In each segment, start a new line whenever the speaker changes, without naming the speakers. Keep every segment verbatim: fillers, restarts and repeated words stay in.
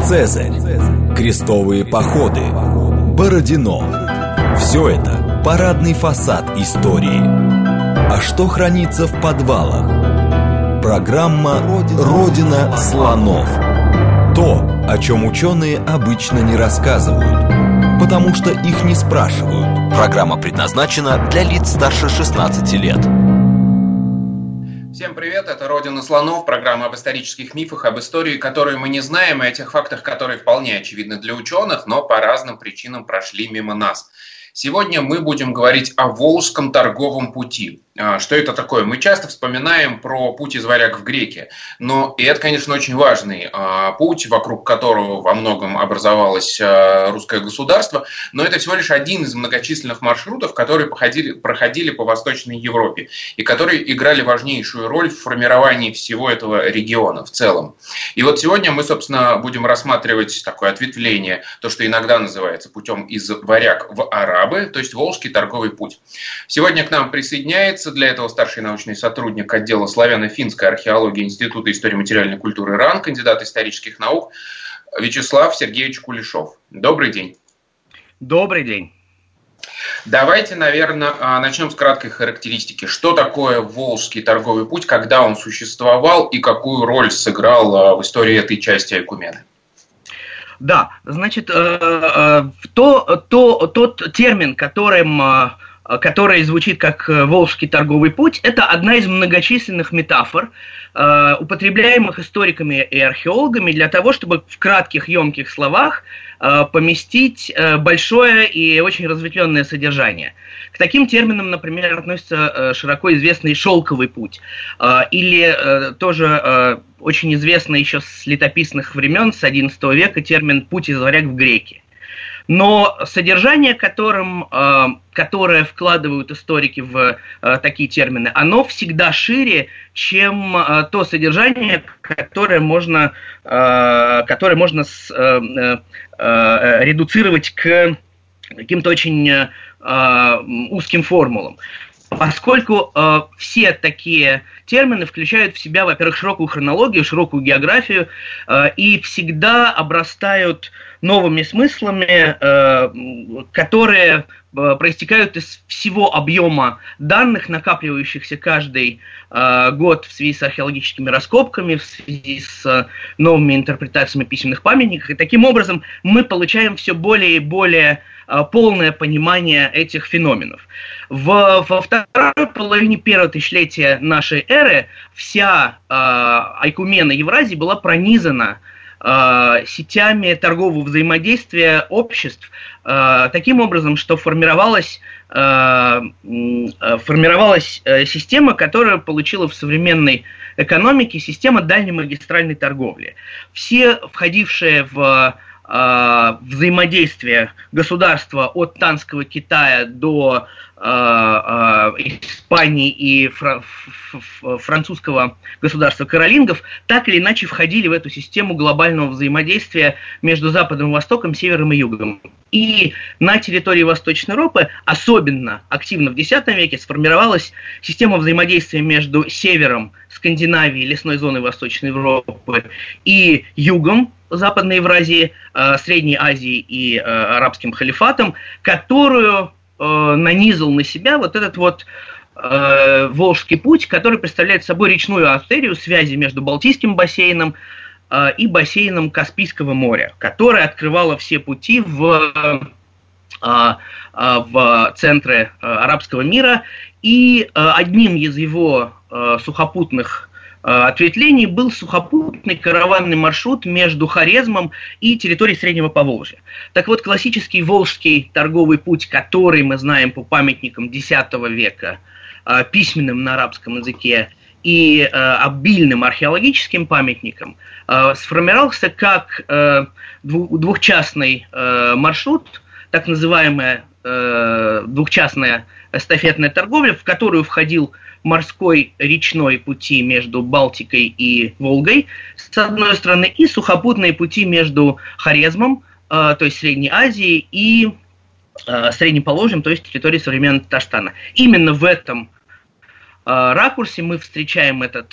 Цезарь, крестовые походы, Бородино. Все это парадный фасад истории. А что хранится в подвалах? Программа «Родина слонов». То, о чем ученые обычно не рассказывают, потому что их не спрашивают. Программа предназначена для лиц старше шестнадцати лет.
Всем привет, это «Родина слонов», программа об исторических мифах, об истории, которую мы не знаем, и о тех фактах, которые вполне очевидны для ученых, но по разным причинам прошли мимо нас. Сегодня мы будем говорить о Волжском торговом пути. Что это такое? Мы часто вспоминаем про путь из Варяг в Греки, но и это, конечно, очень важный путь, вокруг которого во многом образовалось русское государство, но это всего лишь один из многочисленных маршрутов, которые проходили, проходили по Восточной Европе и которые играли важнейшую роль в формировании всего этого региона в целом. И вот сегодня мы, собственно, будем рассматривать такое ответвление, то, что иногда называется путем из Варяг в Арабы, то есть Волжский торговый путь. Сегодня к нам присоединяется для этого старший научный сотрудник отдела славяно-финской археологии Института истории материальной культуры РАН, кандидат исторических наук Вячеслав Сергеевич Кулешов. Добрый день.
Добрый день.
Давайте, наверное, начнем с краткой характеристики. Что такое Волжский торговый путь, когда он существовал и какую роль сыграл в истории этой части Айкумены?
Да, значит, то, то, тот термин, которым... который звучит как «Волжский торговый путь», это одна из многочисленных метафор, э, употребляемых историками и археологами для того, чтобы в кратких, емких словах э, поместить э, большое и очень разветвленное содержание. К таким терминам, например, относится э, широко известный «Шелковый путь», э, или э, тоже э, очень известный еще с летописных времен, с одиннадцатого века, термин «Путь из Варяг в Греки». Но содержание, которым, э, которое вкладывают историки в э, такие термины, оно всегда шире, чем э, то содержание, которое можно, э, которое можно с, э, э, редуцировать к каким-то очень э, узким формулам. Поскольку э, все такие термины включают в себя, во-первых, широкую хронологию, широкую географию э, и всегда обрастают новыми смыслами, э, которые э, проистекают из всего объема данных, накапливающихся каждый э, год в связи с археологическими раскопками, в связи с э, новыми интерпретациями письменных памятников. И таким образом мы получаем все более и более э, полное понимание этих феноменов. В, во второй половине первого тысячелетия нашей эры вся э, Айкумена Евразии была пронизана э, сетями торгового взаимодействия обществ э, таким образом, что формировалась, э, формировалась э, система, которая получила в современной экономике система дальней магистральной торговли. Все входившие в э, взаимодействие государства от Танского Китая до Испании и фра- французского государства каролингов, так или иначе входили в эту систему глобального взаимодействия между Западом и Востоком, Севером и Югом. И на территории Восточной Европы особенно активно в десятом веке сформировалась система взаимодействия между Севером, Скандинавией, лесной зоной Восточной Европы и Югом Западной Евразии, Средней Азии и Арабским халифатом, которую нанизал на себя вот этот вот э, Волжский путь, который представляет собой речную артерию связи между Балтийским бассейном э, и бассейном Каспийского моря, которая открывала все пути в, э, э, в центры э, арабского мира, и э, одним из его э, сухопутных ответвлений был сухопутный караванный маршрут между Хорезмом и территорией Среднего Поволжья. Так вот, классический Волжский торговый путь, который мы знаем по памятникам десятого века, письменным на арабском языке и обильным археологическим памятникам, сформировался как двухчастный маршрут, так называемая двухчастная эстафетная торговля, в которую входил морской речной пути между Балтикой и Волгой, с одной стороны, и сухопутные пути между Хорезмом, э, то есть Средней Азией, и э, Средним Поволжьем, то есть территорией современного Татарстана. Именно в этом э, ракурсе мы встречаем этот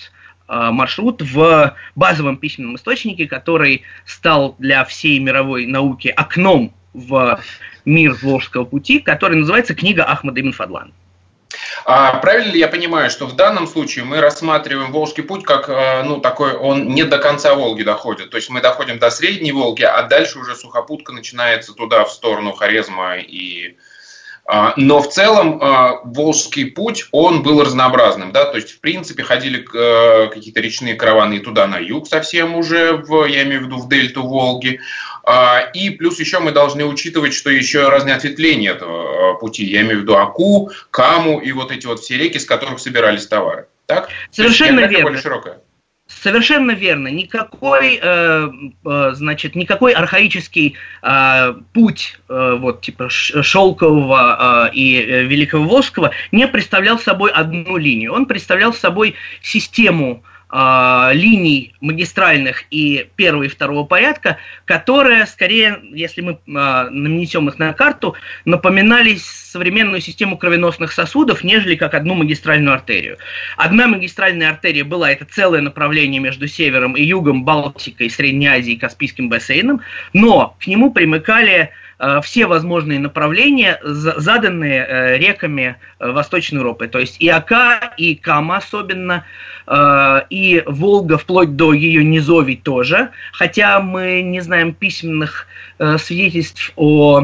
маршрут в базовом письменном источнике, который стал для всей мировой науки окном в мир Волжского пути, который называется «Книга Ахмада ибн Фадлана».
А правильно ли я понимаю, что в данном случае мы рассматриваем Волжский путь как, ну, такой, он не до конца Волги доходит, то есть мы доходим до Средней Волги, а дальше уже сухопутка начинается туда, в сторону Хорезма и... Но в целом Волжский путь, он был разнообразным, да, то есть в принципе ходили какие-то речные караваны и туда на юг совсем уже, в, я имею в виду в дельту Волги, и плюс еще мы должны учитывать, что еще разные ответвления этого пути, я имею в виду Аку, Каму и вот эти вот все реки, с которых собирались товары, так?
Совершенно верно. Совершенно верно. Никакой, э, э, значит, никакой архаический э, путь, э, вот, типа Шелкового э, и э, Великого Волжского не представлял собой одну линию. Он представлял собой систему э, линий магистральных и первого и второго порядка, которые, скорее, если мы э, нанесем их на карту, напоминали современную систему кровеносных сосудов, нежели как одну магистральную артерию. Одна магистральная артерия была, это целое направление между севером и югом, Балтикой, Средней Азией и Каспийским бассейном, но к нему примыкали э, все возможные направления, заданные э, реками э, Восточной Европы, то есть и Ака, и Кама особенно, э, и Волга вплоть до ее низовий тоже, хотя мы не знаем письменных э, свидетельств о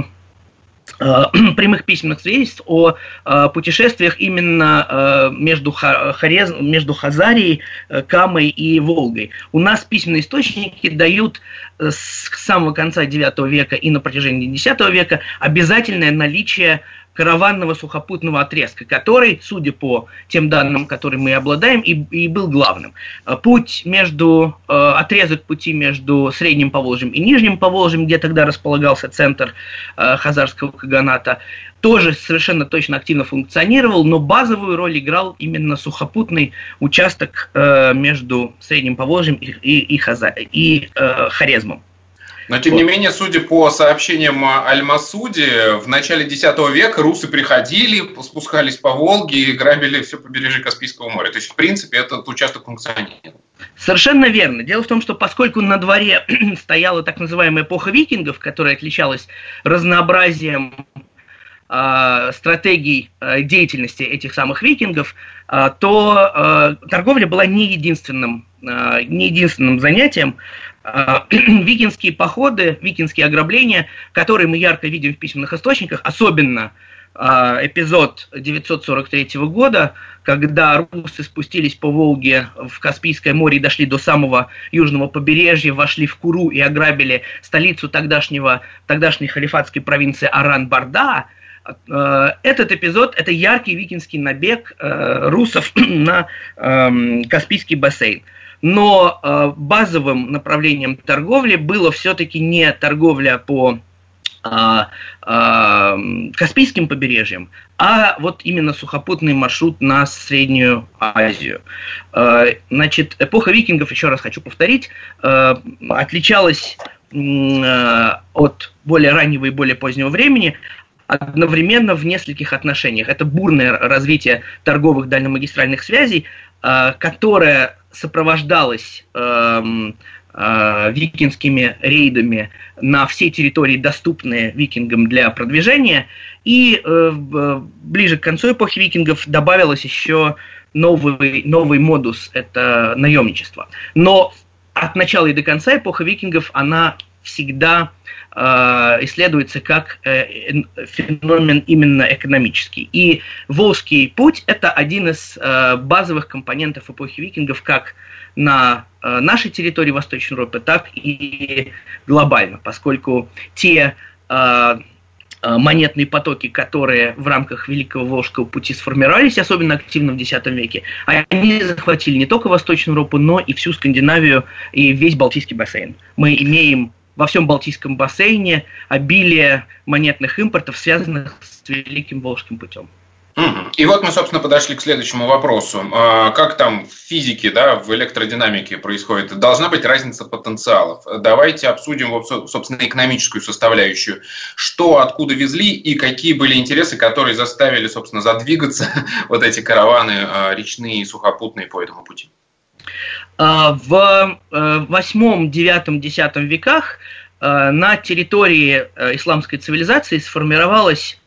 прямых письменных свидетельств о э, путешествиях именно э, между, Хорез, между Хазарией, э, Камой и Волгой. У нас письменные источники дают э, с самого конца девятого века и на протяжении десятого века обязательное наличие караванного сухопутного отрезка, который, судя по тем данным, которые мы обладаем, и, и был главным. Путь между, э, отрезок пути между Средним Поволжьем и Нижним Поволжьем, где тогда располагался центр э, Хазарского каганата, тоже совершенно точно активно функционировал, но базовую роль играл именно сухопутный участок э, между Средним Поволжьем и, и, и, Хазар, и э, Хорезмом.
Но, тем не менее, судя по сообщениям Аль-Масуди, в начале десятого века русы приходили, спускались по Волге и грабили все побережье Каспийского моря. То есть, в принципе, этот участок функционировал.
Совершенно верно. Дело в том, что поскольку на дворе стояла так называемая эпоха викингов, которая отличалась разнообразием э, стратегий э, деятельности этих самых викингов, э, то э, торговля была не единственным, э, не единственным занятием. Викинские походы, викинские ограбления, которые мы ярко видим в письменных источниках, особенно эпизод девятьсот сорок третьего года, когда русы спустились по Волге в Каспийское море и дошли до самого южного побережья, вошли в Куру и ограбили столицу тогдашнего, тогдашней халифатской провинции Аран-Барда. Этот эпизод – это яркий викинский набег русов на Каспийский бассейн. Но э, базовым направлением торговли было все-таки не торговля по э, э, Каспийским побережьям, а вот именно сухопутный маршрут на Среднюю Азию. Э, значит, эпоха викингов, еще раз хочу повторить, э, отличалась э, от более раннего и более позднего времени одновременно в нескольких отношениях. Это бурное развитие торговых дальнемагистральных связей, э, которое сопровождалось э, э, викингскими рейдами на все территории, доступные викингам для продвижения, и э, ближе к концу эпохи викингов добавилось еще новый, новый модус, это наемничество. Но от начала и до конца эпоха викингов, она всегда э, исследуется как э, феномен именно экономический. И Волжский путь – это один из э, базовых компонентов эпохи викингов как на э, нашей территории Восточной Европы, так и глобально, поскольку те э, монетные потоки, которые в рамках Великого Волжского пути сформировались, особенно активно в десятом веке, они захватили не только Восточную Европу, но и всю Скандинавию и весь Балтийский бассейн. Мы имеем во всем Балтийском бассейне обилие монетных импортов, связанных с Великим Волжским путем.
И вот мы, собственно, подошли к следующему вопросу. Как там в физике, да, в электродинамике происходит? Должна быть разница потенциалов. Давайте обсудим, собственно, экономическую составляющую. Что, откуда везли и какие были интересы, которые заставили, собственно, задвигаться вот эти караваны речные и сухопутные по этому пути?
В восьмом, девятом, десятом веках на территории исламской цивилизации сформировалась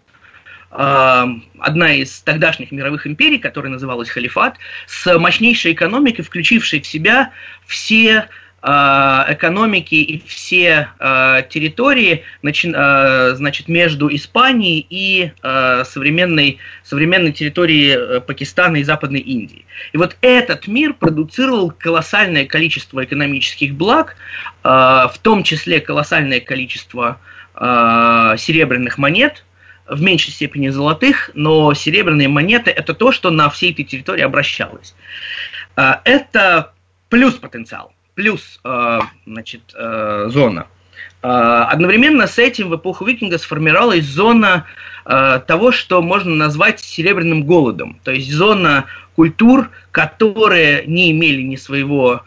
одна из тогдашних мировых империй, которая называлась халифат, с мощнейшей экономикой, включившей в себя все экономики и все э, территории, начи, э, значит, между Испанией и э, современной, современной территорией Пакистана и Западной Индии. И вот этот мир продуцировал колоссальное количество экономических благ, э, в том числе колоссальное количество э, серебряных монет, в меньшей степени золотых, но серебряные монеты – это то, что на всей этой территории обращалось. Э, это плюс потенциал. Плюс, значит, зона. Одновременно с этим в эпоху викингов сформировалась зона того, что можно назвать серебряным голодом. То есть зона культур, которые не имели ни своего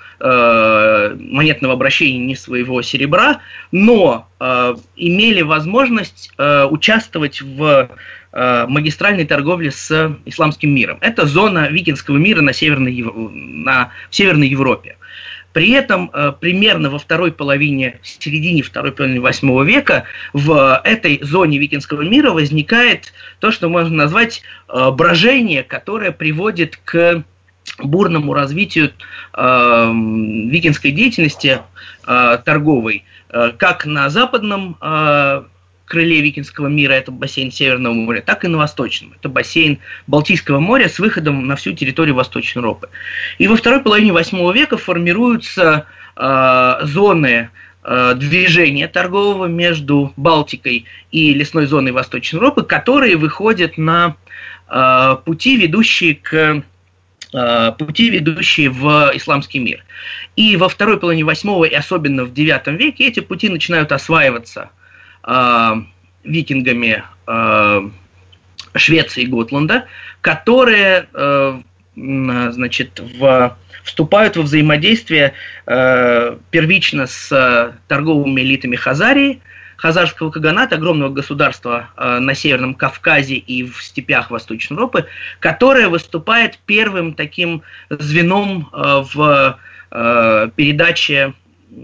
монетного обращения, ни своего серебра, но имели возможность участвовать в магистральной торговле с исламским миром. Это зона викингского мира на Северной, на, в Северной Европе. При этом э, примерно во второй половине, в середине второй половины восьмого века в этой зоне викингского мира возникает то, что можно назвать э, брожение, которое приводит к бурному развитию э, викингской деятельности э, торговой, э, как на западном э, крыле викингского мира, это бассейн Северного моря, так и на восточном. Это бассейн Балтийского моря с выходом на всю территорию Восточной Европы. И во второй половине восьмого века формируются э, зоны э, движения торгового между Балтикой и лесной зоной Восточной Европы, которые выходят на э, пути, ведущие к э, пути, ведущие в исламский мир. И во второй половине восьмого и особенно в девятом веке эти пути начинают осваиваться Э, викингами э, Швеции и Готланда, которые э, значит, в, вступают во взаимодействие э, первично с э, торговыми элитами Хазарии, Хазарского каганата, огромного государства э, на Северном Кавказе и в степях Восточной Европы, которое выступает первым таким звеном э, в э, передаче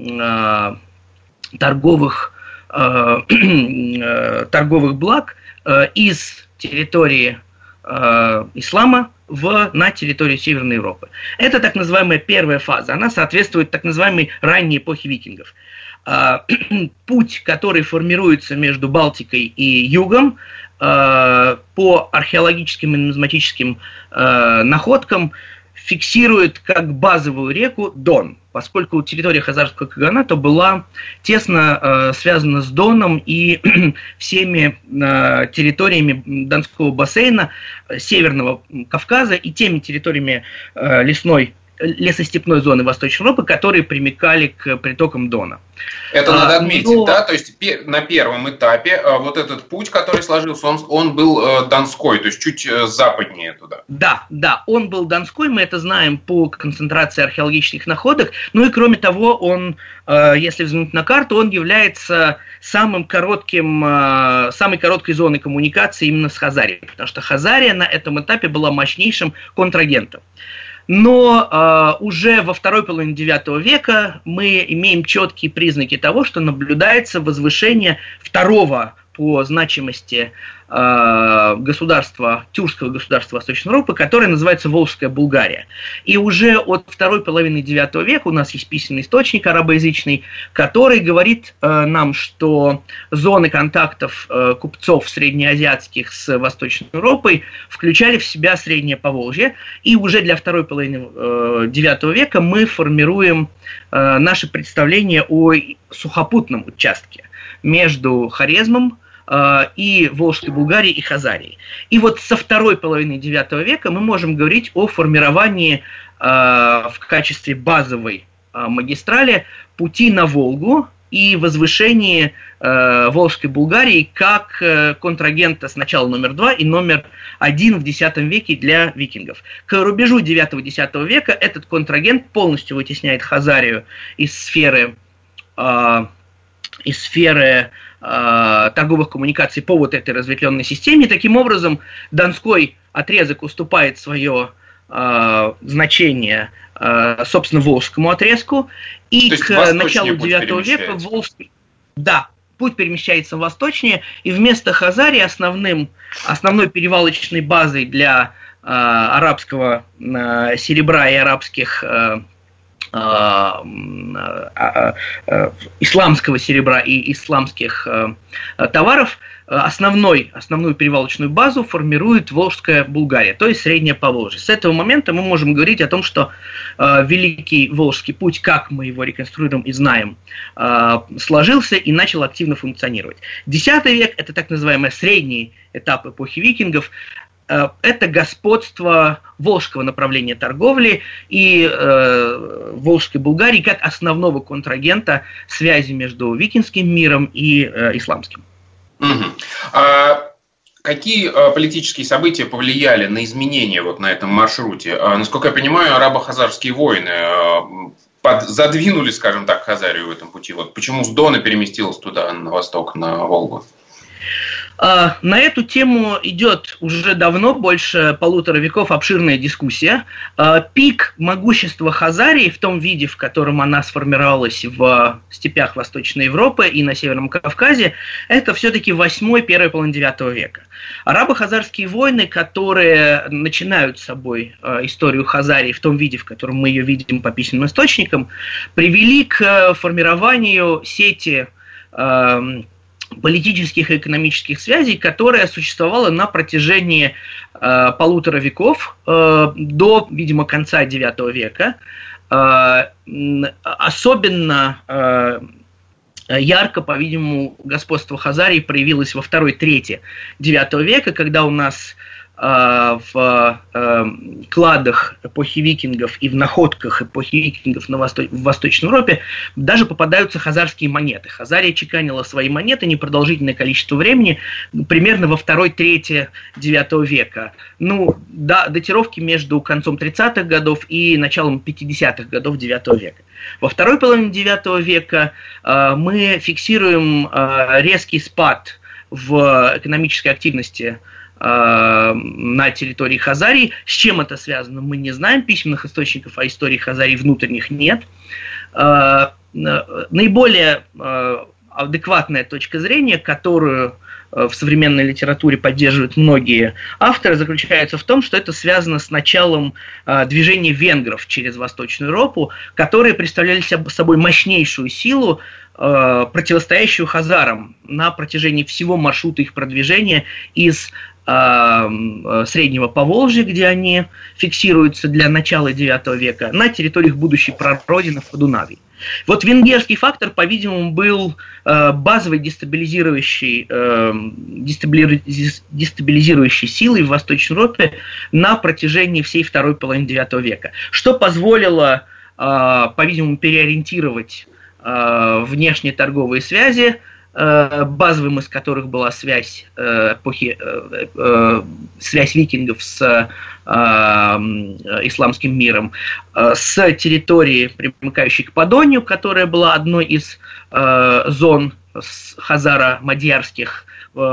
э, торговых торговых благ из территории ислама в, на территорию Северной Европы. Это так называемая первая фаза. Она соответствует так называемой ранней эпохе викингов. Путь, который формируется между Балтикой и Югом, по археологическим и нумизматическим находкам фиксирует как базовую реку Дон, поскольку территория Хазарского каганата была тесно э, связана с Доном и всеми э, территориями Донского бассейна, Северного Кавказа и теми территориями э, лесной, лесостепной зоны Восточной Европы, которые примыкали к притокам Дона.
Это надо отметить, но... да, то есть на первом этапе вот этот путь, который сложился, он, он был донской, то есть чуть западнее туда.
Да, да, он был донской, мы это знаем по концентрации археологических находок, ну и кроме того, он, если взглянуть на карту, он является самым коротким, самой короткой зоной коммуникации именно с Хазарией, потому что Хазария на этом этапе была мощнейшим контрагентом. Но э, уже во второй половине девятого века мы имеем четкие признаки того, что наблюдается возвышение второго по значимости э, государства, тюркского государства Восточной Европы, которое называется Волжская Булгария. И уже от второй половины девятого века у нас есть письменный источник арабоязычный, который говорит э, нам, что зоны контактов э, купцов среднеазиатских с Восточной Европой включали в себя Среднее Поволжье, и уже для второй половины э, девятого века мы формируем э, наше представление о сухопутном участке между Хорезмом и Волжской Булгарией и Хазарией. И вот со второй половины девятого века мы можем говорить о формировании э, в качестве базовой э, магистрали пути на Волгу и возвышении э, Волжской Булгарии как э, контрагента сначала номер два и номер один в десятом веке для викингов. К рубежу девятого-десятого века этот контрагент полностью вытесняет Хазарию из сферы э, из сферы э, торговых коммуникаций по вот этой разветвленной системе. Таким образом, Донской отрезок уступает свое э, значение, э, собственно, Волжскому отрезку, и к началу девятого века Волжский... Да, путь перемещается восточнее, и вместо Хазарии основным, основной перевалочной базой для э, арабского э, серебра и арабских... Э, исламского серебра и исламских товаров, основной, основную перевалочную базу формирует Волжская Булгария, то есть Среднее Поволжье. С этого момента мы можем говорить о том, что Великий Волжский путь, как мы его реконструируем и знаем, сложился и начал активно функционировать. Десятый век – это так называемый средний этап эпохи викингов. Это господство волжского направления торговли и э, Волжской Булгарии как основного контрагента связи между викингским миром и э, исламским.
Угу. А какие а, политические события повлияли на изменения вот на этом маршруте? А, насколько я понимаю, арабо-хазарские войны а, под, задвинули, скажем так, Хазарию в этом пути. Вот почему с Дона переместилась туда, на восток, на Волгу?
На эту тему идет уже давно, больше полутора веков, обширная дискуссия. Пик могущества Хазарии в том виде, в котором она сформировалась в степях Восточной Европы и на Северном Кавказе, это все-таки восьмой, первая половина девятого века. Арабо-хазарские войны, которые начинают с собой историю Хазарии в том виде, в котором мы ее видим по письменным источникам, привели к формированию сети политических и экономических связей, которая существовала на протяжении э, полутора веков э, до, видимо, конца девятого века. Э, особенно э, ярко, по-видимому, господство Хазарии проявилось во второй трети девятого века, когда у нас э, в э, кладах эпохи викингов и в находках эпохи викингов на Восто... в Восточной Европе даже попадаются хазарские монеты. Хазария чеканила свои монеты непродолжительное количество времени, примерно во второй трети девятого века. Ну, да, датировки между концом тридцатых годов и началом пятидесятых годов девятого века. Во второй половине девятого века э, мы фиксируем э, резкий спад в экономической активности на территории Хазарии. С чем это связано, мы не знаем. Письменных источников о истории Хазарии внутренних нет. Наиболее адекватная точка зрения, которую в современной литературе поддерживают многие авторы, заключается в том, что это связано с началом движения венгров через Восточную Европу, которые представляли собой мощнейшую силу, противостоящую хазарам на протяжении всего маршрута их продвижения из Среднего Поволжья, где они фиксируются для начала девятого века, на территориях будущей прародины в Подунавии. Вот венгерский фактор, по-видимому, был э, базовой дестабилизирующей, э, дестабилизирующей силой в Восточной Европе на протяжении всей второй половины девятого века, что позволило, э, по-видимому, переориентировать э, внешние торговые связи, базовым из которых была связь эпохи, связь викингов с исламским миром, с территории, примыкающей к Подонью, которая была одной из зон хазаро-мадьярских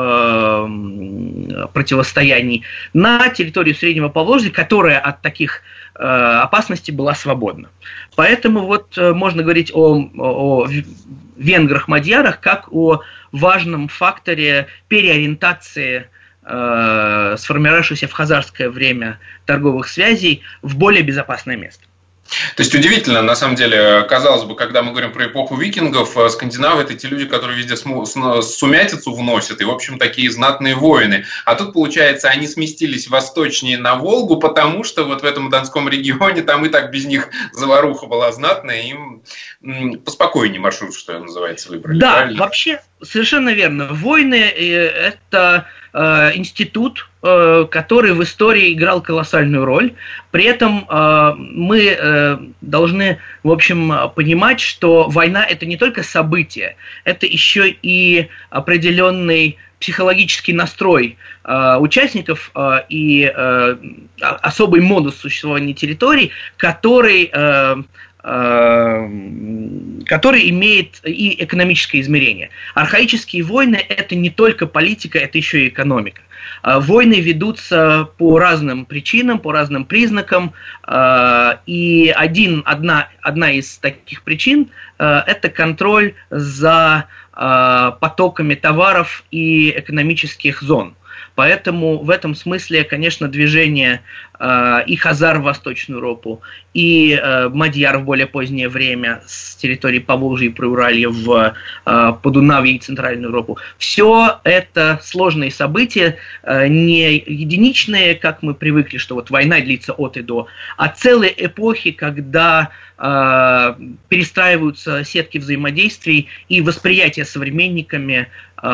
противостояний, на территорию Среднего Поволжья, которая от таких опасностей была свободна. Поэтому вот можно говорить о, о венграх-мадьярах как о важном факторе переориентации э, сформировавшейся в хазарское время торговых связей в более безопасное место.
То есть удивительно, на самом деле, казалось бы, когда мы говорим про эпоху викингов, скандинавы – это те люди, которые везде сумятицу вносят, и, в общем, такие знатные воины. А тут, получается, они сместились восточнее на Волгу, потому что вот в этом Донском регионе там и так без них заваруха была знатная, им поспокойнее маршрут, что называется, выбрали.
Да,
правильно?
Вообще, совершенно верно. Войны – это э, институт, э, который в истории играл колоссальную роль. При этом э, мы э, должны, в общем, понимать, что война – это не только событие, это еще и определенный психологический настрой э, участников э, и э, особый модус существования территорий, который э, который имеет и экономическое измерение. Архаические войны – это не только политика, это еще и экономика. Войны ведутся по разным причинам, по разным признакам, и один, одна, одна из таких причин – это контроль за потоками товаров и экономических зон. Поэтому в этом смысле, конечно, движение э, и хазар в Восточную Европу, и э, мадьяр в более позднее время с территории Поволжья и Приуралья в э, Подунавье и Центральную Европу, все это сложные события, э, не единичные, как мы привыкли, что вот война длится от и до, а целые эпохи, когда э, перестраиваются сетки взаимодействий и восприятие современниками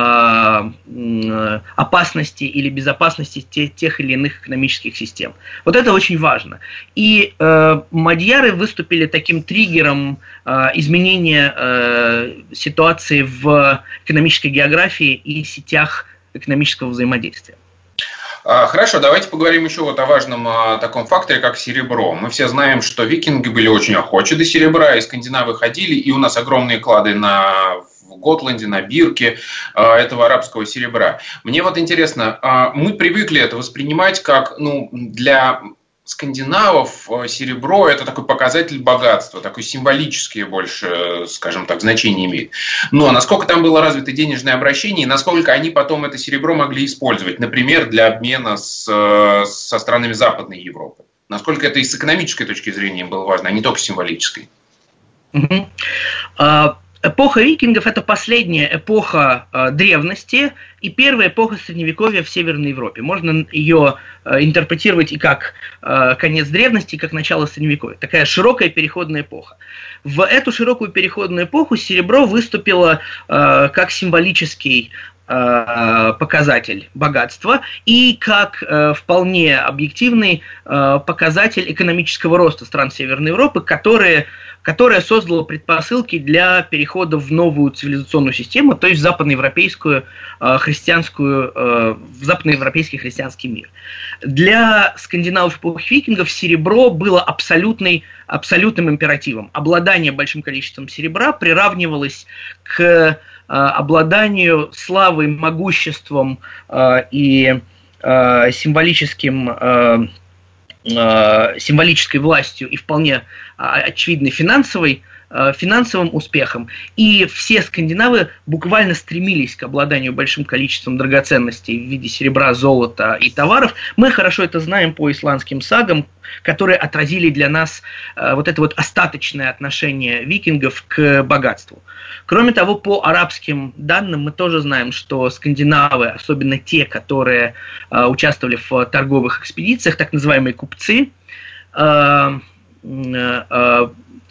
опасности или безопасности тех, тех или иных экономических систем. Вот это очень важно. И э, мадьяры выступили таким триггером э, изменения э, ситуации в экономической географии и сетях экономического взаимодействия.
Хорошо, давайте поговорим еще вот о важном о таком факторе, как серебро. Мы все знаем, что викинги были очень охочи до серебра, и скандинавы ходили, и у нас огромные клады на в Готланде, на бирке этого арабского серебра. Мне вот интересно, мы привыкли это воспринимать как, ну, для скандинавов серебро – это такой показатель богатства, такой символический больше, скажем так, значение имеет. Но насколько там было развито денежное обращение, и насколько они потом это серебро могли использовать, например, для обмена с, со странами Западной Европы? Насколько это и с экономической точки зрения было важно, а не только с символической?
Mm-hmm. Uh... Эпоха викингов – это последняя эпоха э, древности и первая эпоха Средневековья в Северной Европе. Можно ее э, интерпретировать и как э, конец древности, и как начало Средневековья. Такая широкая переходная эпоха. В эту широкую переходную эпоху серебро выступило э, как символический э, показатель богатства и как э, вполне объективный э, показатель экономического роста стран Северной Европы, которые которая создала предпосылки для перехода в новую цивилизационную систему, то есть в западноевропейскую э, христианскую, э, в западноевропейский христианский мир. Для скандинавов эпохи викингов серебро было абсолютной, абсолютным императивом. Обладание большим количеством серебра приравнивалось к э, обладанию славой, могуществом э, и э, символическим э, символической властью и вполне очевидной финансовой, финансовым успехом. И все скандинавы буквально стремились к обладанию большим количеством драгоценностей в виде серебра, золота и товаров. Мы хорошо это знаем по исландским сагам, которые отразили для нас вот это вот остаточное отношение викингов к богатству. Кроме того, по арабским данным мы тоже знаем, что скандинавы, особенно те, которые э, участвовали в торговых экспедициях, так называемые купцы, э, э,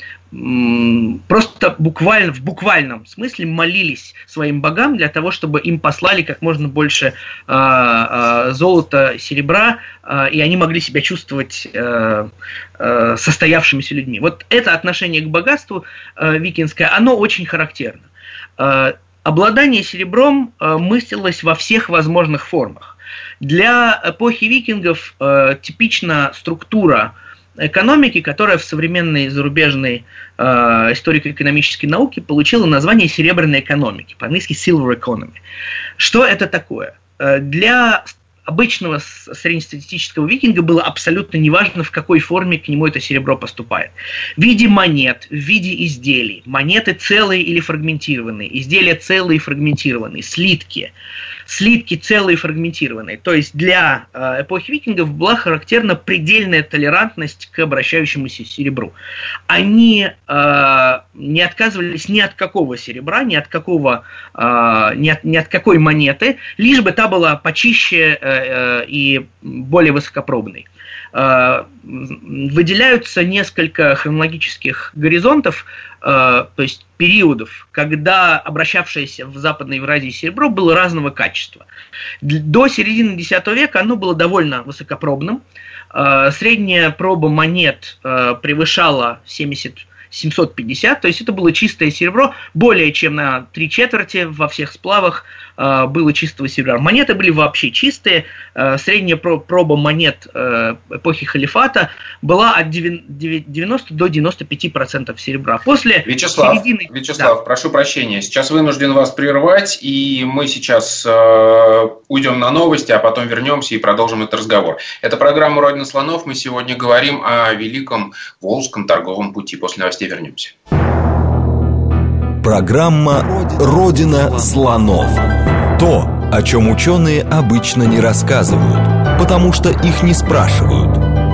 просто буквально, в буквальном смысле молились своим богам для того, чтобы им послали как можно больше э, э, золота, серебра, э, и они могли себя чувствовать э, э, состоявшимися людьми. Вот это отношение к богатству э, викингское, оно очень характерно. Э, обладание серебром э, мыслилось во всех возможных формах. Для эпохи викингов э, типична структура экономики, которая в современной зарубежной э, историко-экономической науке получила название серебряной экономики, по-английски silver economy. Что это такое? Э, для обычного среднестатистического викинга было абсолютно неважно, в какой форме к нему это серебро поступает. В виде монет, в виде изделий. Монеты целые или фрагментированные, изделия целые и фрагментированные, слитки. Слитки целые и фрагментированные. То есть для э, эпохи викингов была характерна предельная толерантность к обращающемуся серебру. Они э, не отказывались ни от какого серебра, ни от, какого, э, ни от, ни от какой монеты, лишь бы та была почище э, э, и более высокопробной. Э, выделяются несколько хронологических горизонтов, э, то есть периодов, когда обращавшееся в Западной Евразии серебро было разного качества. До середины десятого века оно было довольно высокопробным. Э, средняя проба монет э, превышала семьдесят семьсот пятьдесят, то есть это было чистое серебро, более чем на три четверти во всех сплавах э, было чистого серебра. Монеты были вообще чистые, э, средняя проба монет э, эпохи халифата была от девяноста до девяноста пяти процентов серебра. После
Вячеслав,
середины...
Вячеслав, да. прошу прощения, сейчас вынужден вас прервать, и мы сейчас э, уйдем на новости, а потом вернемся и продолжим этот разговор. Это программа «Родина слонов». Мы сегодня говорим о великом Волжском торговом пути. После новостей вернемся.
Программа «Родина слонов». То, о чем ученые обычно не рассказывают, потому что их не спрашивают.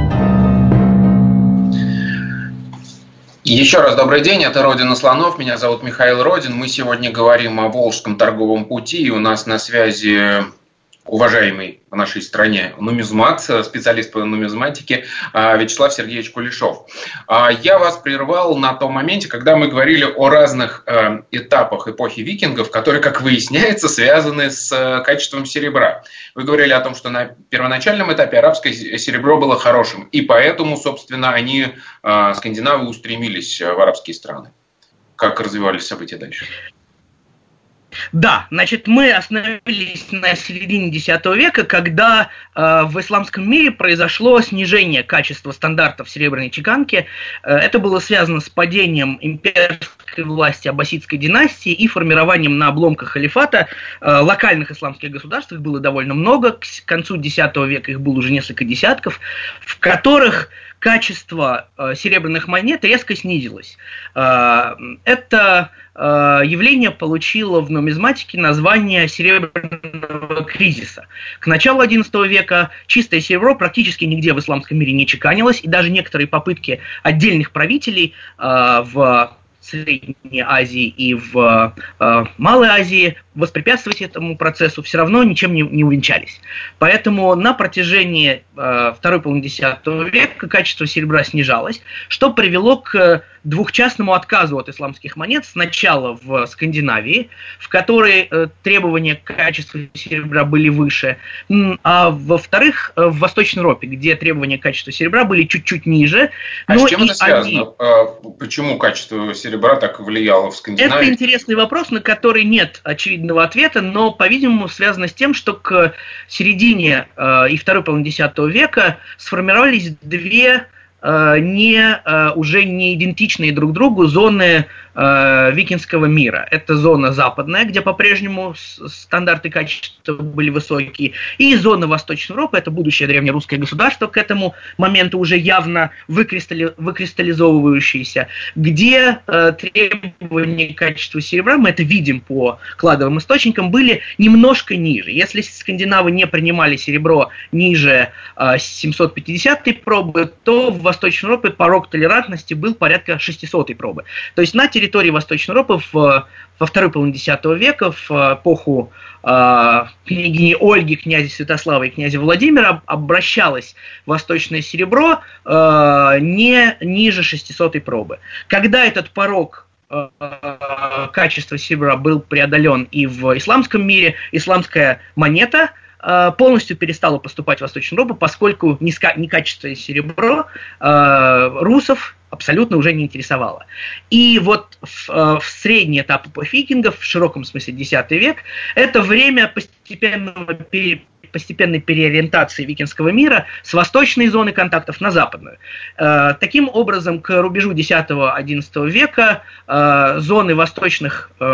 Еще раз добрый день, это «Родина слонов», меня зовут Михаил Родин. Мы сегодня говорим о Волжском торговом пути, и у нас на связи уважаемый в нашей стране нумизмат, специалист по нумизматике Вячеслав Сергеевич Кулешов. Я вас прервал на том моменте, когда мы говорили о разных этапах эпохи викингов, которые, как выясняется, связаны с качеством серебра. Вы говорили о том, что на первоначальном этапе арабское серебро было хорошим, и поэтому, собственно, они, скандинавы, устремились в арабские страны. Как развивались события дальше?
Да, значит, мы остановились на середине десятого века, когда э, в исламском мире произошло снижение качества стандартов серебряной чеканки. Э, это было связано с падением имперской власти аббасидской династии и формированием на обломках халифата э, локальных исламских государств. Их было довольно много, к концу десятого века их было уже несколько десятков, в которых качество э, серебряных монет резко снизилось. Э, это э, явление получило в нумизматике название серебряного кризиса. К началу одиннадцатого века чистое серебро практически нигде в исламском мире не чеканилось, и даже некоторые попытки отдельных правителей э, в Средней Азии и в э, Малой Азии воспрепятствовать этому процессу все равно ничем не, не увенчались. Поэтому на протяжении э, второй половины десятого века качество серебра снижалось, что привело к двухчастному отказу от исламских монет сначала в Скандинавии, в которой э, требования к качеству серебра были выше, а во-вторых, э, в Восточной Европе, где требования к качеству серебра были чуть-чуть ниже.
А с чем это связано? Они... Почему качество серебра так влияло в Скандинавии?
Это интересный вопрос, на который нет очевидного ответа, но, по-видимому, связано с тем, что к середине э, и второй половине десятого века сформировались две не, уже не идентичные друг другу зоны э, викингского мира. Это зона западная, где по-прежнему стандарты качества были высокие, и зона Восточной Европы, это будущее древнерусское государство, к этому моменту уже явно выкристалли, выкристаллизовывающееся, где э, требования к качеству серебра, мы это видим по кладовым источникам, были немножко ниже. Если скандинавы не принимали серебро ниже э, семьсот пятидесятой пробы, то в Восточной Европе порог толерантности был порядка шестисотой пробы. То есть на территории Восточной Европы в, во второй половине десятого века, в эпоху э, княгини Ольги, князя Святослава и князя Владимира, обращалось восточное серебро э, не ниже шестисотой пробы. Когда этот порог э, качества серебра был преодолен и в исламском мире, исламская монета полностью перестала поступать в Восточную Европу, поскольку некачественное серебро э, русов абсолютно уже не интересовало. И вот в, в средний этап эпохи викингов, в широком смысле десятый век, это время постепенного пере, постепенной переориентации викингского мира с восточной зоны контактов на западную. Э, таким образом, к рубежу десятого-одиннадцатого века э, зоны восточных, э,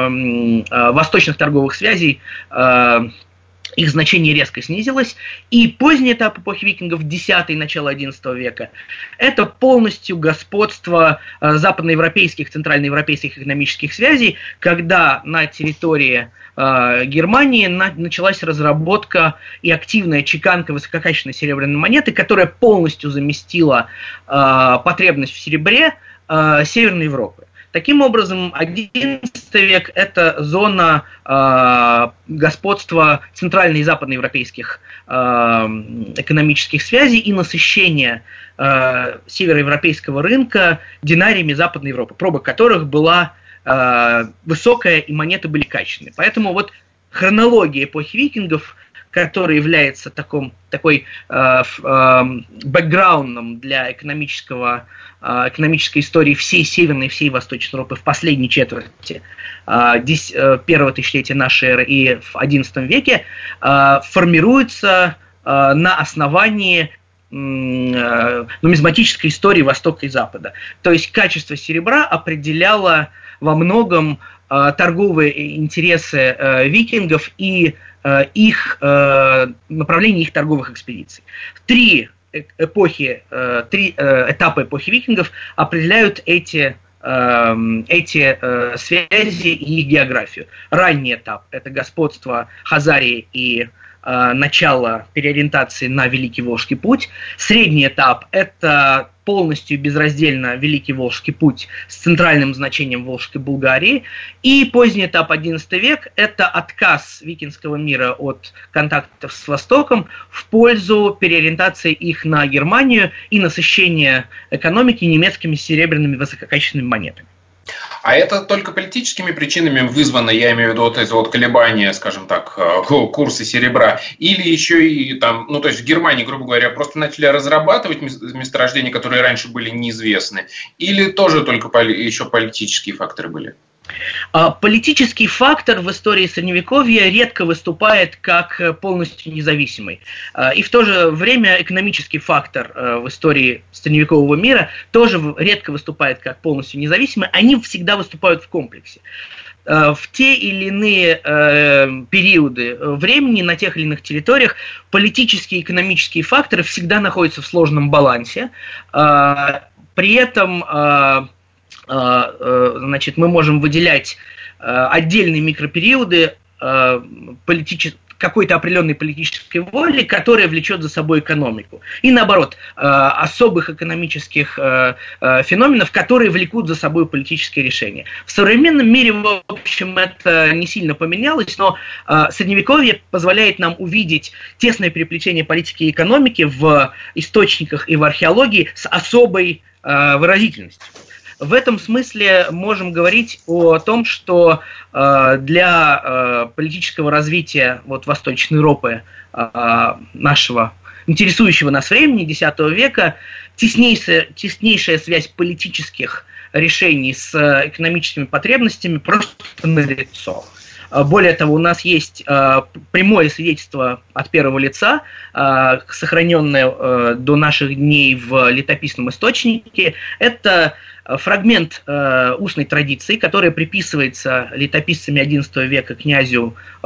э, восточных торговых связей э, их значение резко снизилось, и поздний этап эпохи викингов, десятый, начало одиннадцатого века, это полностью господство э, западноевропейских, центральноевропейских экономических связей, когда на территории э, Германии на, началась разработка и активная чеканка высококачественной серебряной монеты, которая полностью заместила э, потребность в серебре э, Северной Европы. Таким образом, одиннадцатый век – это зона э, господства центрально- и западноевропейских э, экономических связей и насыщения э, североевропейского рынка динариями Западной Европы, проба которых была э, высокая и монеты были качественные. Поэтому вот хронология эпохи викингов который является таком, такой э, э, бэкграундом для экономического, э, экономической истории всей Северной и всей Восточной Европы в последней четверти э, дес, э, первого тысячелетия нашей эры и в одиннадцатом веке, э, формируется э, на основании нумизматической истории Востока и Запада. То есть качество серебра определяло во многом э, торговые интересы э, викингов и э, их э, направление их торговых экспедиций. Три эпохи, э, три э, этапа эпохи викингов определяют эти э, эти э, связи и их географию. Ранний этап – это господство Хазарии и начало переориентации на Великий Волжский путь. Средний этап – это полностью безраздельно Великий Волжский путь с центральным значением Волжской Булгарии. И поздний этап одиннадцатый век – это отказ викингского мира от контактов с Востоком в пользу переориентации их на Германию и насыщения экономики немецкими серебряными высококачественными монетами.
А это только политическими причинами вызвано, я имею в виду вот это вот колебание, скажем так, курса серебра, или еще и там, ну то есть в Германии, грубо говоря, просто начали разрабатывать месторождения, которые раньше были неизвестны, или тоже только еще политические факторы были?
Политический фактор в истории Средневековья редко выступает как полностью независимый. И в то же время экономический фактор в истории средневекового мира тоже редко выступает как полностью независимый. Они всегда выступают в комплексе. В те или иные э, периоды времени на тех или иных территориях политические и экономические факторы всегда находятся в сложном балансе. Э, при этом... Э, Значит, мы можем выделять отдельные микропериоды политических, какой-то определенной политической воли, которая влечет за собой экономику. И наоборот, особых экономических феноменов, которые влекут за собой политические решения. В современном мире, в общем, это не сильно поменялось, но Средневековье позволяет нам увидеть тесное переплетение политики и экономики в источниках и в археологии с особой выразительностью. В этом смысле можем говорить о том, что э, для э, политического развития вот, Восточной Европы э, нашего интересующего нас времени, десятого века, теснейшая, теснейшая связь политических решений с экономическими потребностями просто налицо. Более того, у нас есть э, прямое свидетельство от первого лица, э, сохраненное э, до наших дней в летописном источнике. Это фрагмент э, устной традиции, которая приписывается летописцами одиннадцатого века князю э,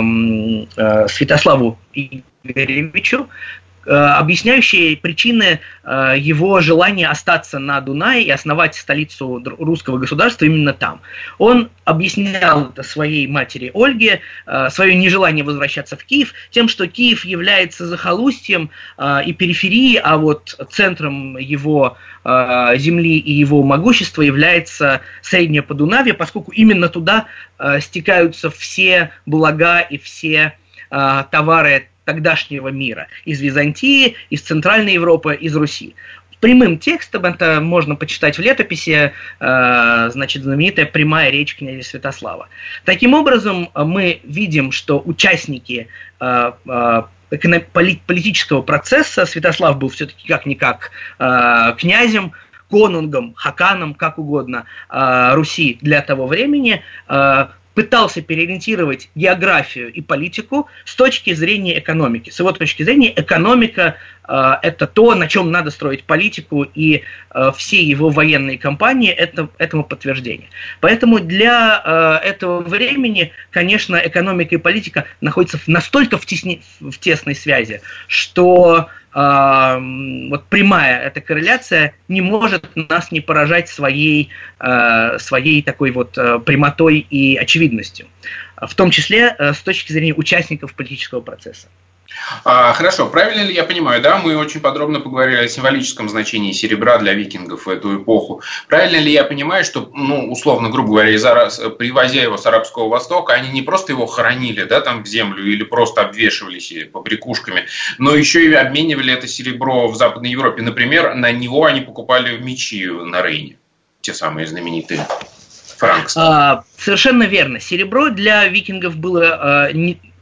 э, Святославу Игоревичу, э, объясняющие причины э, его желания остаться на Дунае и основать столицу русского государства именно там. Он объяснял это своей матери Ольге, э, свое нежелание возвращаться в Киев, тем, что Киев является захолустьем э, и периферией, а вот центром его э, земли и его могущества является Среднее Подунавье, поскольку именно туда э, стекаются все блага и все э, товары тогдашнего мира, из Византии, из Центральной Европы, из Руси. Прямым текстом это можно почитать в летописи, э, значит, знаменитая прямая речь князя Святослава. Таким образом, мы видим, что участники э, э, политического процесса, Святослав был все-таки как-никак э, князем, конунгом, хаканом, как угодно, э, Руси для того времени, э, пытался переориентировать географию и политику с точки зрения экономики. С его точки зрения экономика э, – это то, на чем надо строить политику, и э, все его военные кампании – это этому подтверждение. Поэтому для э, этого времени, конечно, экономика и политика находятся настолько в, тесне, в тесной связи, что э, вот прямая эта корреляция не может нас не поражать своей, э, своей такой вот э, прямотой и очевидностью, в том числе э, с точки зрения участников политического процесса.
А, хорошо, правильно ли я понимаю, да, мы очень подробно поговорили о символическом значении серебра для викингов в эту эпоху. Правильно ли я понимаю, что, ну, условно, грубо говоря, из араб... привозя его с Арабского Востока, они не просто его хоронили, да, там в землю или просто обвешивались побрякушками, но еще и обменивали это серебро в Западной Европе. Например, на него они покупали мечи на Рейне, те самые знаменитые. А,
совершенно верно. Серебро для викингов было а, не,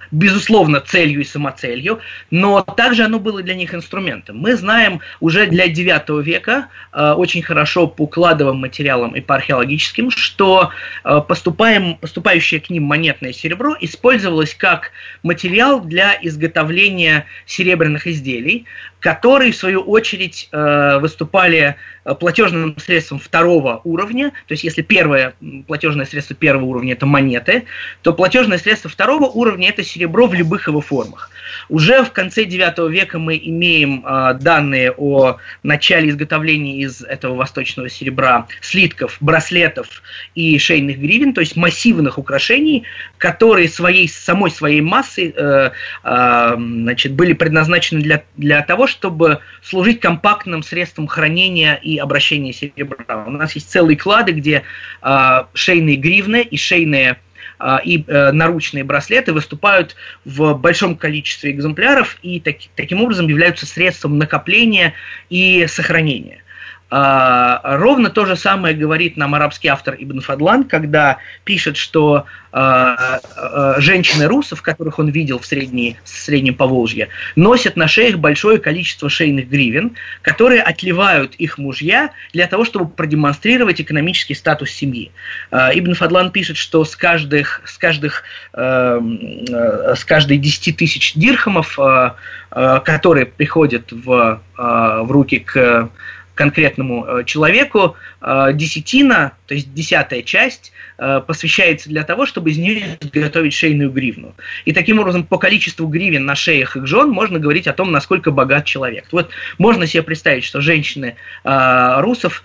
безусловно, целью и самоцелью, но также оно было для них инструментом. Мы знаем уже для девятого века э, очень хорошо по кладовым материалам и по археологическим, что э, поступаем, поступающее к ним монетное серебро использовалось как материал для изготовления серебряных изделий, которые, в свою очередь, э, выступали платежным средством второго уровня. То есть, если первое платежное средство первого уровня – это монеты, то платежное средство второго уровня – это серебро в любых его формах. Уже в конце девятого века мы имеем э, данные о начале изготовления из этого восточного серебра слитков, браслетов и шейных гривен, то есть массивных украшений, которые своей, самой своей массой э, э, значит, были предназначены для, для того, чтобы служить компактным средством хранения и обращения серебра. У нас есть целые клады, где э, шейные гривны и шейные и э, наручные браслеты выступают в большом количестве экземпляров и так, таким образом являются средством накопления и сохранения. Uh, ровно то же самое говорит нам арабский автор Ибн Фадлан, когда пишет, что uh, uh, женщины русов, которых он видел в, средней, в Среднем Поволжье, носят на шеях большое количество шейных гривен, которые отливают их мужья для того, чтобы продемонстрировать экономический статус семьи. Uh, Ибн Фадлан пишет, что с каждых, с каждых, uh, uh, с каждой десяти тысяч дирхамов, uh, uh, которые приходят в, uh, в руки к конкретному э, человеку, э, десятина, то есть десятая часть, э, посвящается для того, чтобы из нее изготовить шейную гривну. И таким образом по количеству гривен на шеях их жен можно говорить о том, насколько богат человек. Вот можно себе представить, что женщины э, русов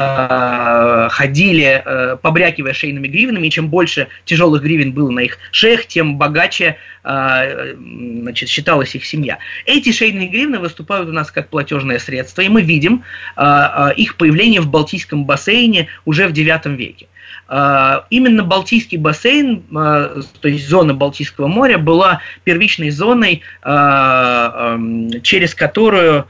э, ходили, э, побрякивая шейными гривнами, и чем больше тяжелых гривен было на их шеях, тем богаче э, значит, считалась их семья. Эти шейные гривны выступают у нас как платежное средство, и мы видим их появление в Балтийском бассейне уже в девятом веке. Именно Балтийский бассейн, то есть зона Балтийского моря, была первичной зоной, через которую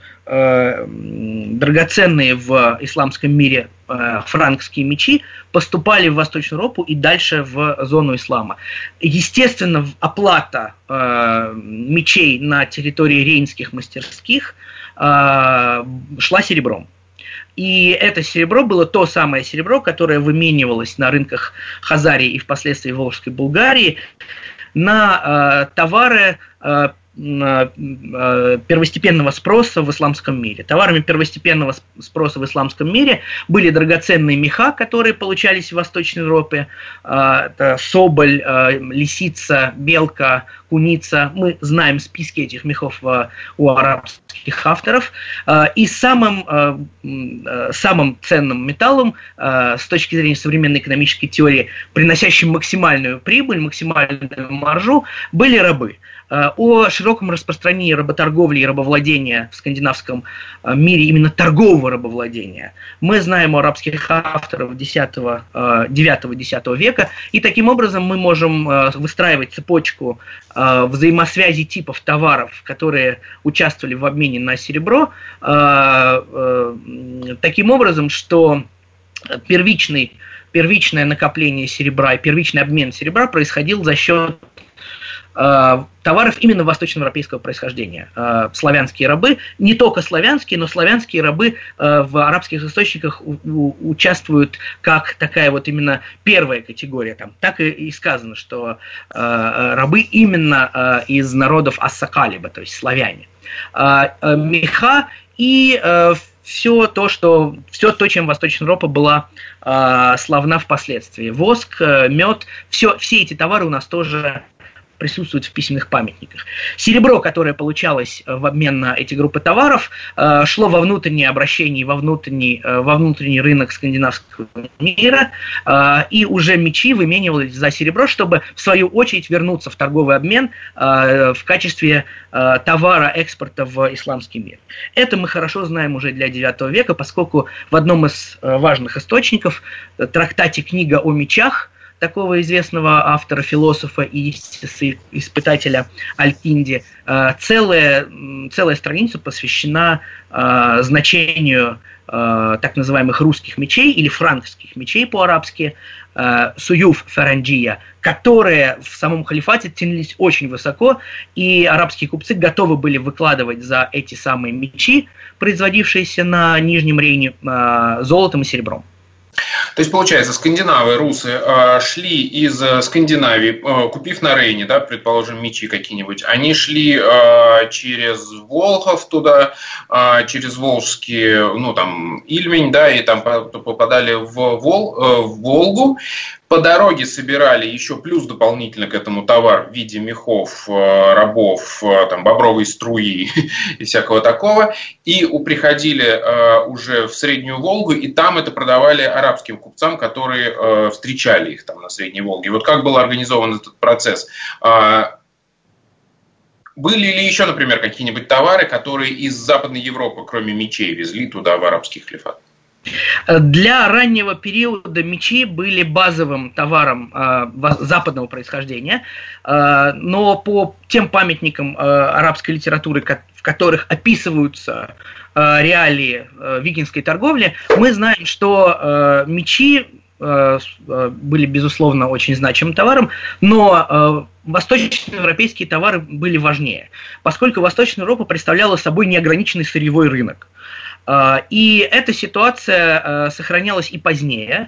драгоценные в исламском мире франкские мечи поступали в Восточную Европу и дальше в зону ислама. Естественно, оплата мечей на территории рейнских мастерских шла серебром. И это серебро было то самое серебро, которое выменивалось на рынках Хазарии и впоследствии Волжской Булгарии на э, товары э, первостепенного спроса в исламском мире. Товарами первостепенного спроса в исламском мире были драгоценные меха, которые получались в Восточной Европе, это соболь, лисица, белка, куница. Мы знаем списки этих мехов у арабских авторов. И самым, самым ценным металлом с точки зрения современной экономической теории, приносящим максимальную прибыль, максимальную маржу, были рабы. О широком распространении работорговли и рабовладения в скандинавском мире, именно торгового рабовладения, мы знаем у арабских авторов девятого-десятого века, и таким образом мы можем выстраивать цепочку взаимосвязи типов товаров, которые участвовали в обмене на серебро, таким образом, что первичный, первичное накопление серебра и первичный обмен серебра происходил за счет товаров именно восточноевропейского происхождения. Славянские рабы, не только славянские, но славянские рабы в арабских источниках участвуют как такая вот именно первая категория. Там так и сказано, что рабы именно из народов Ас-Сакалиба, то есть славяне. Меха и все то, что, все то, чем Восточная Европа была славна впоследствии. Воск, мед, все, все эти товары у нас тоже присутствует в письменных памятниках. Серебро, которое получалось в обмен на эти группы товаров, шло во внутреннее обращение, во внутренний, во внутренний рынок скандинавского мира, и уже мечи выменивались за серебро, чтобы в свою очередь вернуться в торговый обмен в качестве товара экспорта в исламский мир. Это мы хорошо знаем уже для девятого века, поскольку в одном из важных источников, трактате «Книга о мечах», такого известного автора, философа и испытателя Аль-Кинди, целая, целая страница посвящена значению так называемых русских мечей или франкских мечей по-арабски, суюф фаранджия, которые в самом халифате тянулись очень высоко, и арабские купцы готовы были выкладывать за эти самые мечи, производившиеся на Нижнем Рейне, золотом и серебром.
То есть, получается, скандинавы, русы э, шли из Скандинавии, э, купив на Рейне, да, предположим, мечи какие-нибудь, они шли э, через Волхов туда, э, через Волжские, ну, там, Ильмень, да, и там попадали в, Вол, э, в Волгу. По дороге собирали еще плюс дополнительно к этому товар в виде мехов, рабов, там, бобровой струи и всякого такого. И приходили уже в Среднюю Волгу, и там это продавали арабским купцам, которые встречали их там на Средней Волге. Вот как был организован этот процесс? Были ли еще, например, какие-нибудь товары, которые из Западной Европы, кроме мечей, везли туда, в арабский халифат?
Для раннего периода мечи были базовым товаром э, западного происхождения, э, но по тем памятникам э, арабской литературы, в которых описываются э, реалии э, викингской торговли, мы знаем, что э, мечи э, были, безусловно, очень значимым товаром, но э, восточноевропейские товары были важнее, поскольку Восточная Европа представляла собой неограниченный сырьевой рынок. И эта ситуация сохранялась и позднее,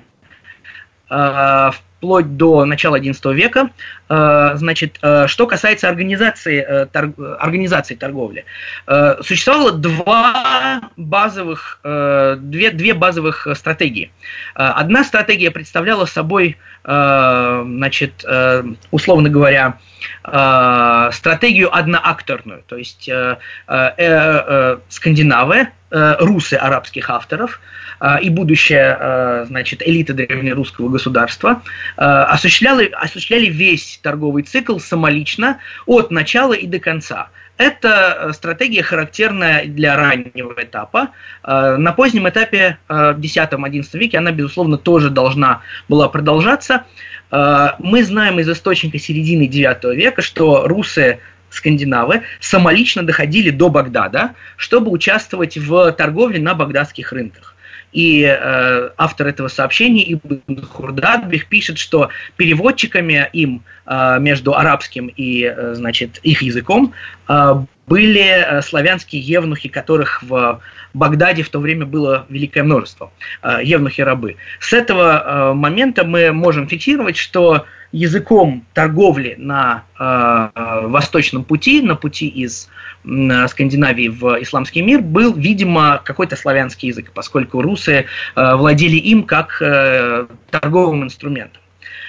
вплоть до начала одиннадцатого века. Значит, что касается организации, организации торговли, существовало два базовых, две, две базовых стратегии. Одна стратегия представляла собой, значит, условно говоря, стратегию одноакторную, то есть э, э, э, скандинавы, э, русы арабских авторов э, и будущая, э, значит, элита древнерусского государства э, осуществляли, осуществляли весь торговый цикл самолично от начала и до конца. Эта стратегия характерная для раннего этапа. На позднем этапе в десятом-одиннадцатом веке она, безусловно, тоже должна была продолжаться. Мы знаем из источника середины девятого века, что русы, скандинавы, самолично доходили до Багдада, чтобы участвовать в торговле на багдадских рынках. И э, автор этого сообщения, Ибн Хурдадбих, пишет, что переводчиками им э, между арабским и, э, значит, их языком э, были э, славянские евнухи, которых в Багдаде в то время было великое множество, э, евнухи-рабы. С этого э, момента мы можем фиксировать, что языком торговли на э, Восточном пути, на пути из э, Скандинавии в исламский мир, был, видимо, какой-то славянский язык, поскольку русы э, владели им как э, торговым инструментом.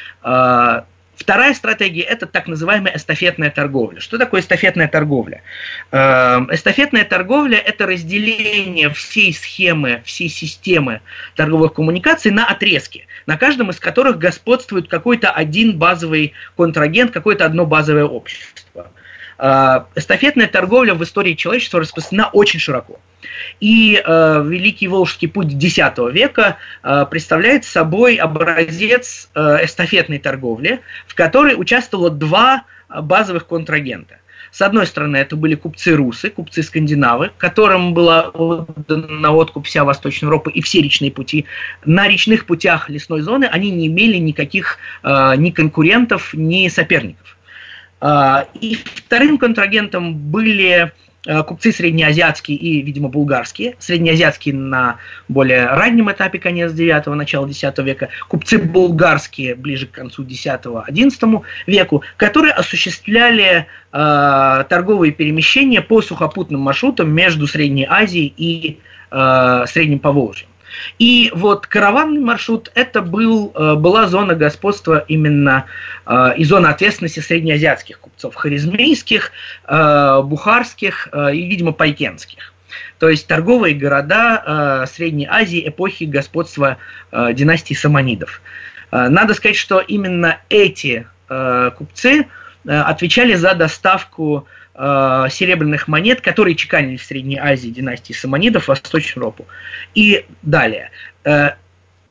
Э, Вторая стратегия – это так называемая эстафетная торговля. Что такое эстафетная торговля? Эстафетная торговля – это разделение всей схемы, всей системы торговых коммуникаций на отрезки, на каждом из которых господствует какой-то один базовый контрагент, какое-то одно базовое общество. Эстафетная торговля в истории человечества распространена очень широко. И э, Великий Волжский путь десятого века э, представляет собой образец э, эстафетной торговли, в которой участвовало два базовых контрагента. С одной стороны, это были купцы-русы, купцы-скандинавы, которым была отдана на откуп вся Восточная Европа и все речные пути. На речных путях лесной зоны они не имели никаких э, ни конкурентов, ни соперников. Э, и вторым контрагентом были купцы среднеазиатские и, видимо, булгарские. Среднеазиатские на более раннем этапе, конец девятого, начало десятого века. Купцы булгарские ближе к концу десятого-одиннадцатому веку, которые осуществляли э, торговые перемещения по сухопутным маршрутам между Средней Азией и э, Средним Поволжьем. И вот караванный маршрут – это был, была зона господства именно э, и зона ответственности среднеазиатских купцов, харизмийских, э, бухарских э, и, видимо, пайкенских. То есть торговые города э, Средней Азии эпохи господства э, династии Саманидов. Э, надо сказать, что именно эти э, купцы э, отвечали за доставку серебряных монет, которые чеканились в Средней Азии династии Саманидов в Восточную Европу. И далее.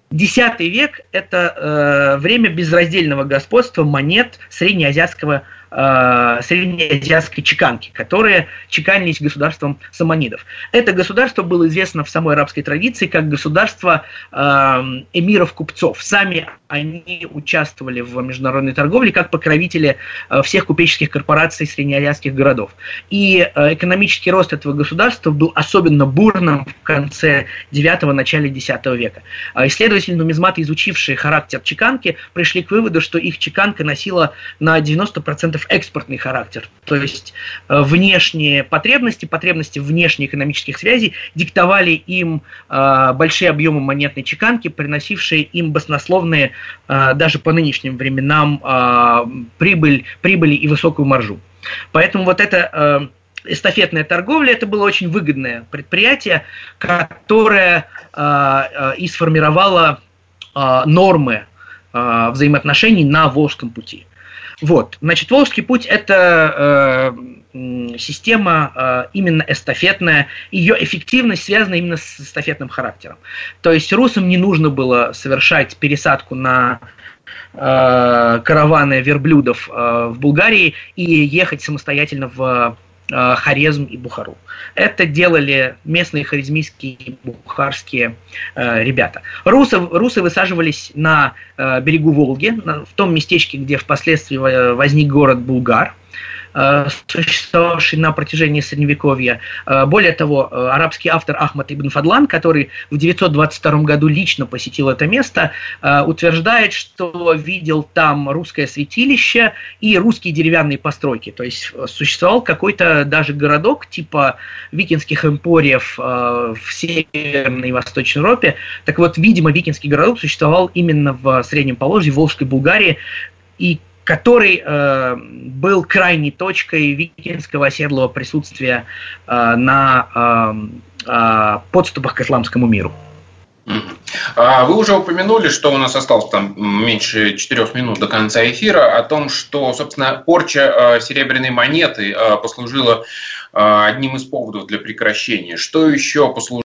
Десятый век – это э, время безраздельного господства монет среднеазиатского, э, среднеазиатской чеканки, которые чеканились государством саманидов. Это государство было известно в самой арабской традиции как государство э, эмиров-купцов. Сами они участвовали в международной торговле как покровители э, всех купеческих корпораций среднеазиатских городов. И э, экономический рост этого государства был особенно бурным в конце девятого – начале десятого века. Исследователи нумизматы, изучившие характер чеканки, пришли к выводу, что их чеканка носила на девяносто процентов экспортный характер. То есть э, внешние потребности, потребности внешнеэкономических связей диктовали им э, большие объемы монетной чеканки, приносившие им баснословные, э, даже по нынешним временам, э, прибыль, прибыли и высокую маржу. Поэтому вот это... Э, эстафетная торговля, это было очень выгодное предприятие, которое э, э, и сформировало э, нормы э, взаимоотношений на Волжском пути. Вот. Значит, Волжский путь – это э, система э, именно эстафетная, ее эффективность связана именно с эстафетным характером. То есть русам не нужно было совершать пересадку на э, караваны верблюдов э, в Булгарии и ехать самостоятельно в Хорезм и Бухару. Это делали местные хорезмийские и бухарские э, ребята. Русы, русы высаживались на э, берегу Волги, на, в том местечке, где впоследствии возник город Булгар, э, существовавший на протяжении Средневековья. Э, более того, э, арабский автор Ахмад ибн Фадлан, который в девятьсот двадцать втором году лично посетил это место, э, утверждает, что видел там русское святилище и русские деревянные постройки. То есть существовал какой-то даже городок типа викинских эмпориев э, в Северной и Восточной Европе. Так вот, видимо, викинский городок существовал именно в Среднем Поволжье, в Волжской Булгарии, и который э, был крайней точкой викинского оседлого присутствия э, на э, э, подступах к исламскому миру.
Вы уже упомянули, что у нас осталось там меньше четырех минут до конца эфира, о том, что, собственно, порча серебряной монеты послужила одним из поводов для прекращения. Что еще послужило